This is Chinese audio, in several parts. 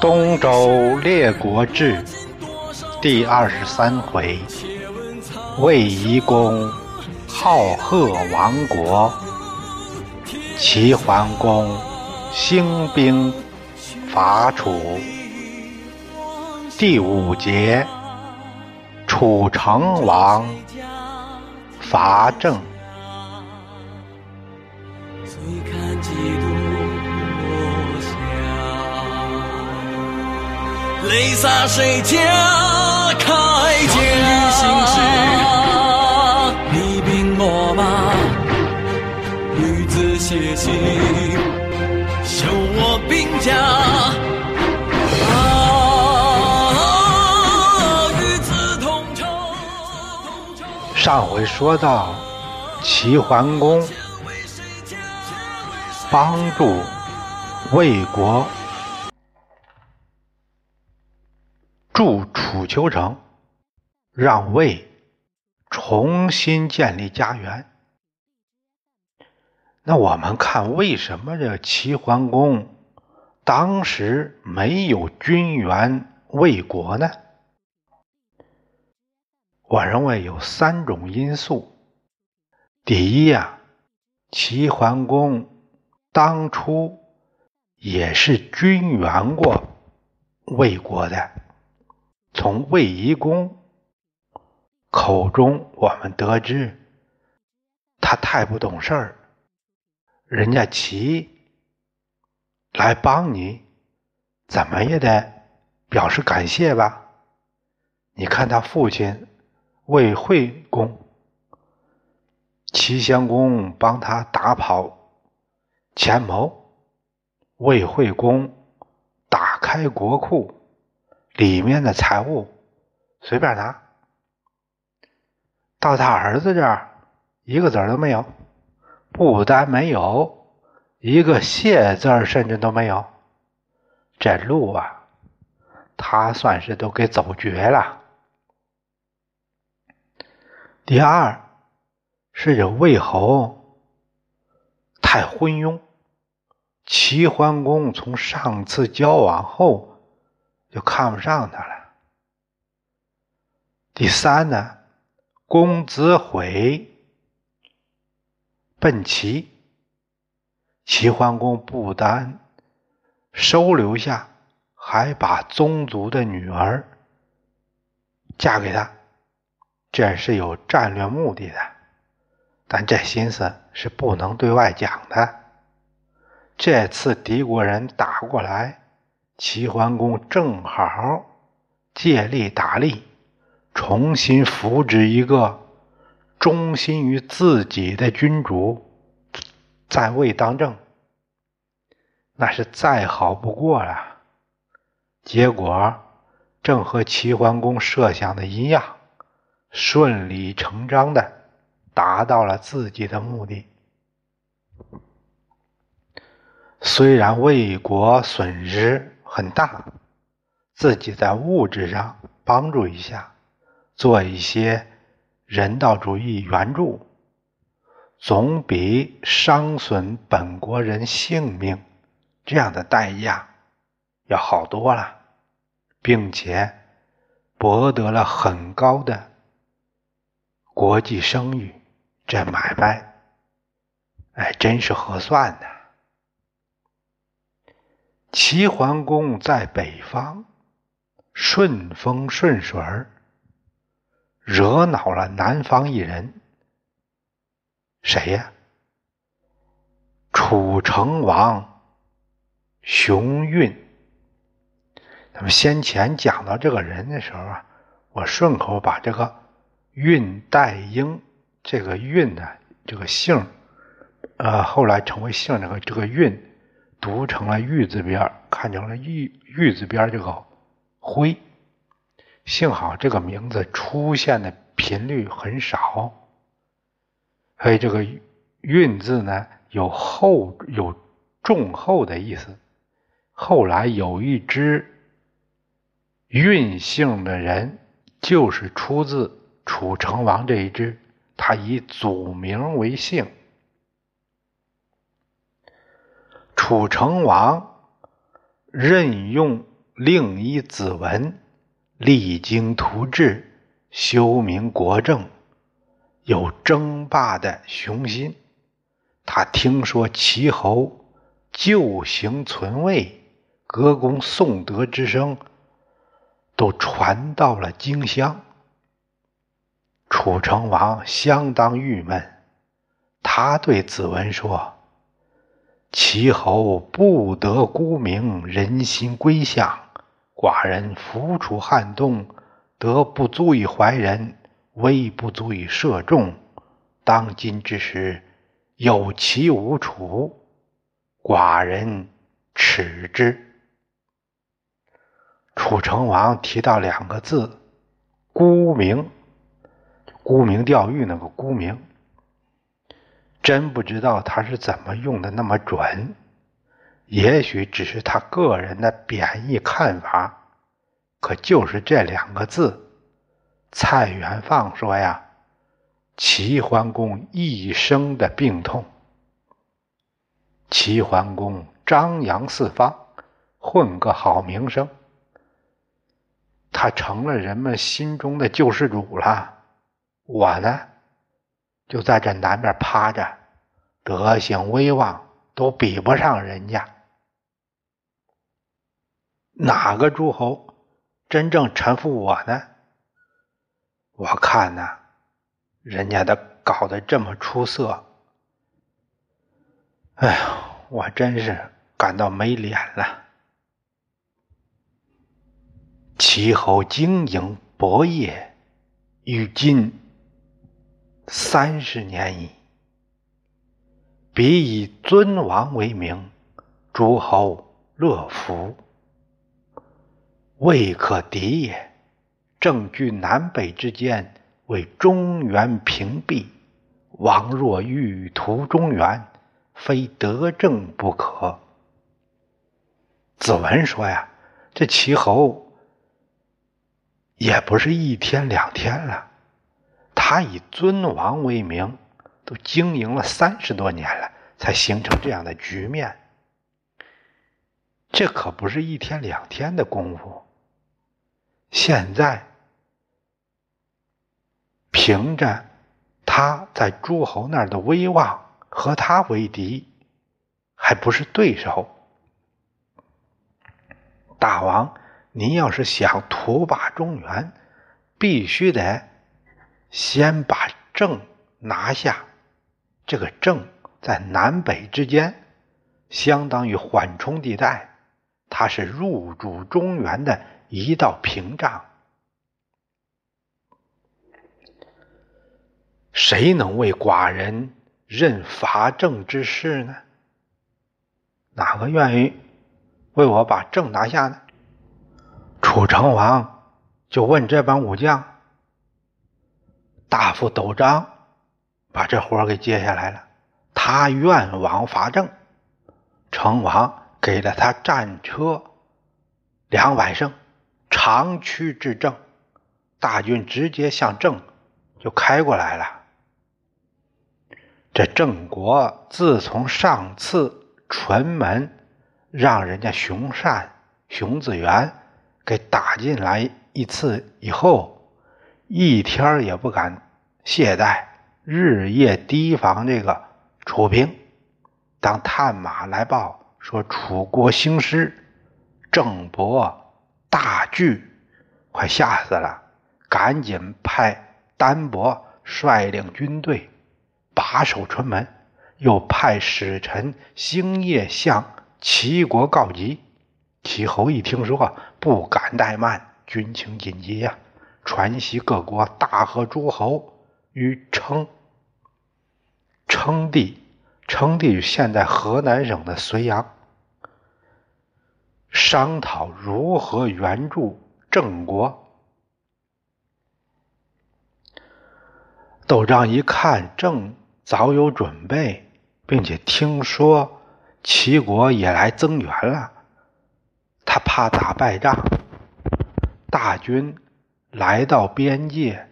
东周列国志第23回，卫懿公好贺亡国，齐桓公兴兵伐楚。第5节，楚成王伐郑。 泪洒谁家铠甲，行事你兵秣马，女子写信修我兵家。与子同仇。 上回说到齐桓公帮助魏国筑楚丘城，让魏重新建立家园。那我们看为什么这齐桓公当时没有军援魏国呢？我认为有3种因素。第一齐桓公当初也是军援过魏国的。从卫懿公口中我们得知，他太不懂事儿，人家齐来帮你，怎么也得表示感谢吧。你看他父亲卫惠公，齐襄公帮他打跑钱谋，卫惠公打开国库，里面的财物随便拿，到他儿子这儿一个子儿都没有，不但没有，一个谢字儿甚至都没有。这路他算是都给走绝了。第二是这魏侯太昏庸，齐桓公从上次交往后就看不上他了。第三公子毁奔齐，齐桓公不但收留下，还把宗族的女儿嫁给他，这是有战略目的的，但这心思是不能对外讲的。这次敌国人打过来，齐桓公正好借力打力，重新扶植一个忠心于自己的君主在位当政，那是再好不过了。结果正和齐桓公设想的一样，顺理成章的达到了自己的目的。虽然魏国损失很大，自己在物质上帮助一下，做一些人道主义援助，总比伤损本国人性命这样的代价要好多了，并且博得了很高的国际声誉，这买卖真是合算的。齐桓公在北方顺风顺水，惹恼了南方一人，谁呀？楚成王熊运。那么先前讲到这个人的时候我顺口把这个运代英这个运这个姓后来成为姓这个运读成了玉字边，看成了玉字边这个辉。幸好这个名字出现的频率很少，所以这个运字有重厚的意思。后来有一支运姓的人就是出自楚成王这一支，他以祖名为姓。楚成王任用另一子文，励精图治，修明国政，有争霸的雄心。他听说齐侯旧行存位，歌功颂德之声都传到了荆襄。楚成王相当郁闷，他对子文说：齐侯不得孤名，人心归向，寡人扶楚汉东，德不足以怀人，威不足以摄众。当今之时，有齐无楚，寡人耻之。楚成王提到2个字，沽名，沽名钓誉那个沽名，真不知道他是怎么用的那么准，也许只是他个人的贬义看法，可就是这2个字。蔡元放说呀，齐桓公一生的病痛。齐桓公张扬四方，混个好名声，他成了人们心中的救世主了。我呢，就在这南边趴着，德行威望都比不上人家。哪个诸侯真正臣服我呢？我看呢，人家的搞得这么出色，哎呀，我真是感到没脸了。齐侯经营伯业，于今30年矣。彼以尊王为名，诸侯乐服，未可敌也。正居南北之间，为中原屏蔽。王若欲图中原，非得政不可。子文说呀，这齐侯也不是1天2天了，他以尊王为名，都经营了30多年了，才形成这样的局面。这可不是1天2天的功夫。现在凭着他在诸侯那儿的威望，和他为敌还不是对手。大王，您要是想图霸中原，必须得先把郑拿下。这个郑在南北之间，相当于缓冲地带，它是入主中原的一道屏障。谁能为寡人任伐郑之事呢？哪个愿意为我把郑拿下呢？楚成王就问这帮武将，大夫斗章把这活给接下来了，他愿往伐郑。成王给了他战车200乘，长驱至郑，大军直接向郑就开过来了。这郑国自从上次淳门让人家熊善、熊子元给打进来一次以后，一天也不敢懈怠，日夜提防这个楚兵。当探马来报说楚国兴师，郑伯大惧，快吓死了，赶紧派单伯率领军队把守淳门，又派使臣星夜向齐国告急。齐侯一听说，不敢怠慢，军情紧急呀，传檄各国大贺诸侯于称地，称地于现在河南省的睢阳，商讨如何援助郑国。窦章一看郑早有准备，并且听说齐国也来增援了，他怕打败仗，大军来到边界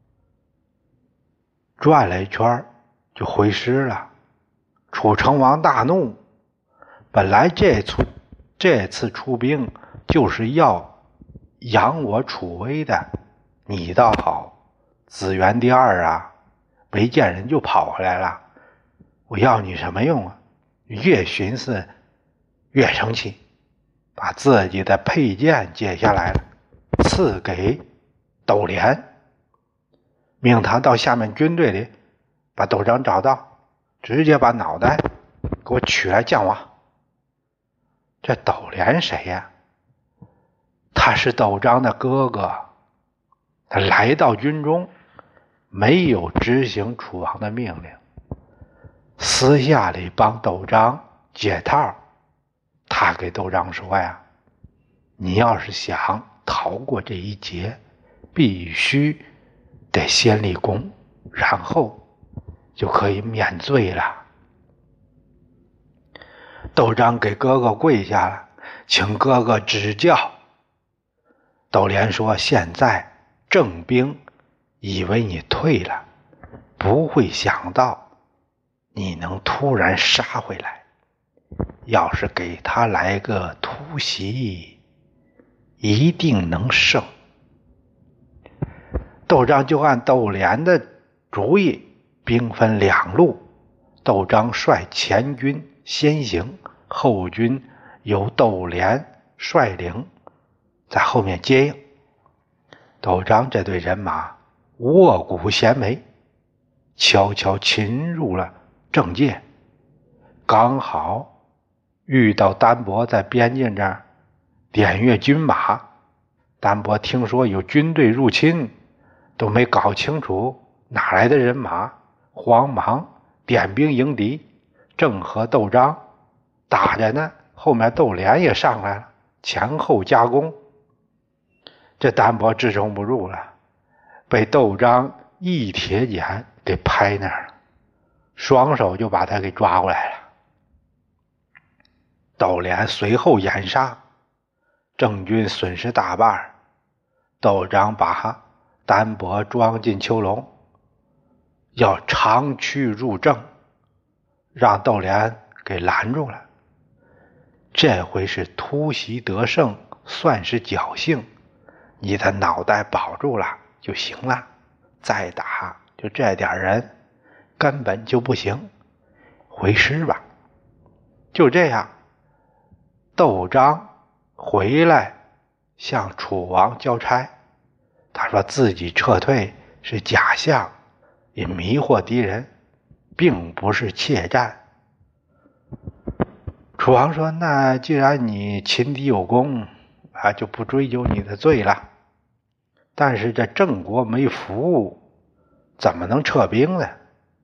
转了一圈就回师了。楚成王大怒，本来这次出兵就是要扬我楚威的，你倒好，子元第二啊，没见人就跑回来了，我要你什么用啊？越寻思越生气，把自己的佩剑解下来了，赐给窦连，命他到下面军队里把窦章找到，直接把脑袋给我取来降王。这窦连谁呀？他是窦章的哥哥，他来到军中没有执行楚王的命令，私下里帮窦章解套。他给窦章说呀，你要是想逃过这一劫，必须得先立功，然后就可以免罪了。窦章给哥哥跪下了，请哥哥指教。窦连说，现在郑兵以为你退了，不会想到你能突然杀回来，要是给他来个突袭，一定能胜。窦章就按窦连的主意，兵分两路，窦章率前军先行，后军由窦连率领，在后面接应。窦章这队人马卧虎衔眉，悄悄侵入了郑界，刚好遇到单伯在边境这儿点阅军马。单伯听说有军队入侵，都没搞清楚哪来的人马，慌忙点兵迎敌，正和窦章打着呢，后面窦连也上来了，前后夹攻。这单伯支撑不住了，被窦章一铁锏给拍那儿了，双手就把他给抓过来了。窦连随后掩杀，郑军损失大半。窦章把单伯装进囚笼，要长驱入郑，让窦连给拦住了。这回是突袭得胜，算是侥幸，你的脑袋保住了就行了，再打就这点人根本就不行，回师吧。就这样，窦章回来向楚王交差，他说自己撤退是假象，也迷惑敌人，并不是怯战。楚王说，那既然你擒敌有功啊，就不追究你的罪了，但是这郑国没服，怎么能撤兵呢？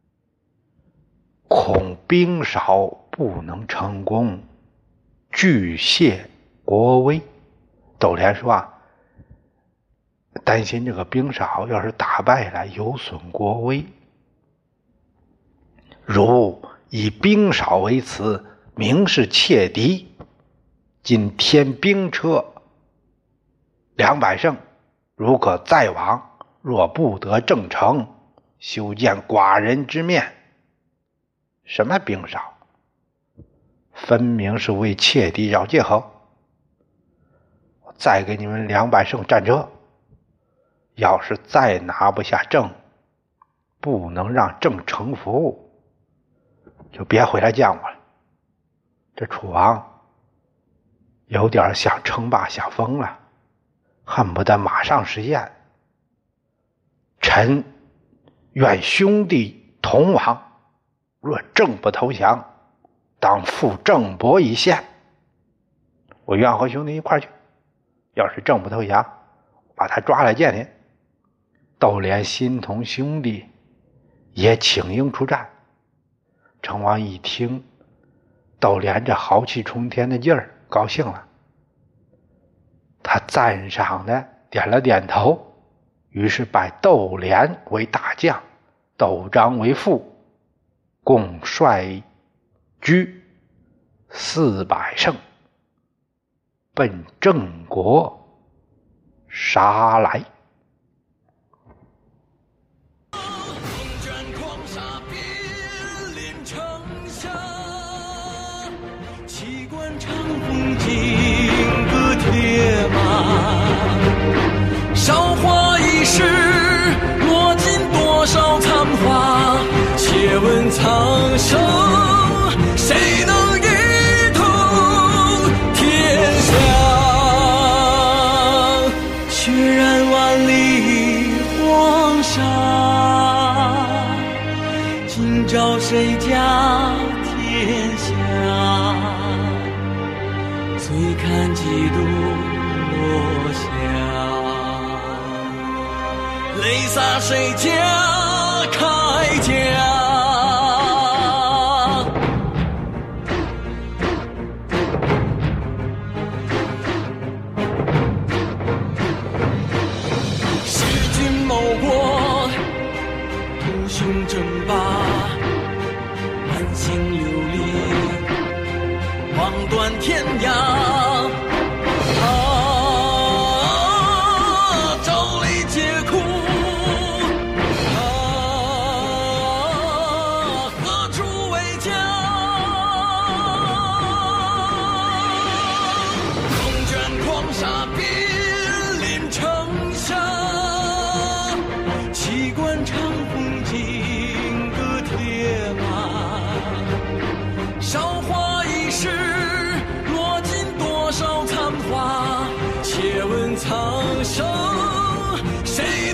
恐兵少不能成功，惧泄国威。窦连说啊，担心这个兵少要是打败了，有损国威。如以兵少为辞，明是窃敌。今添兵车200乘，如可再往，若不得正城，休见寡人之面。什么兵少？分明是为窃敌找借口。我再给你们200乘战车，要是再拿不下郑，不能让郑臣服，就别回来见我了。这楚王有点想称霸想疯了，恨不得马上实现。臣愿兄弟同往，若郑不投降，当付郑伯一线。我愿和兄弟一块去，要是郑不投降，把他抓来见您。窦连心同兄弟，也请缨出战。成王一听窦连这豪气冲天的劲儿，高兴了，他赞赏的点了点头，于是拜窦连为大将，窦章为副，共率居400乘，奔郑国杀来。 气贯长风劲歌天谁家天下？醉看几度落霞，泪洒谁家铠甲？争霸，满心流离，望断天涯。朝里皆哭，何处为家？风卷狂沙，濒临城下，旗官长风景。韶华易逝，落尽多少残华？且问苍生，谁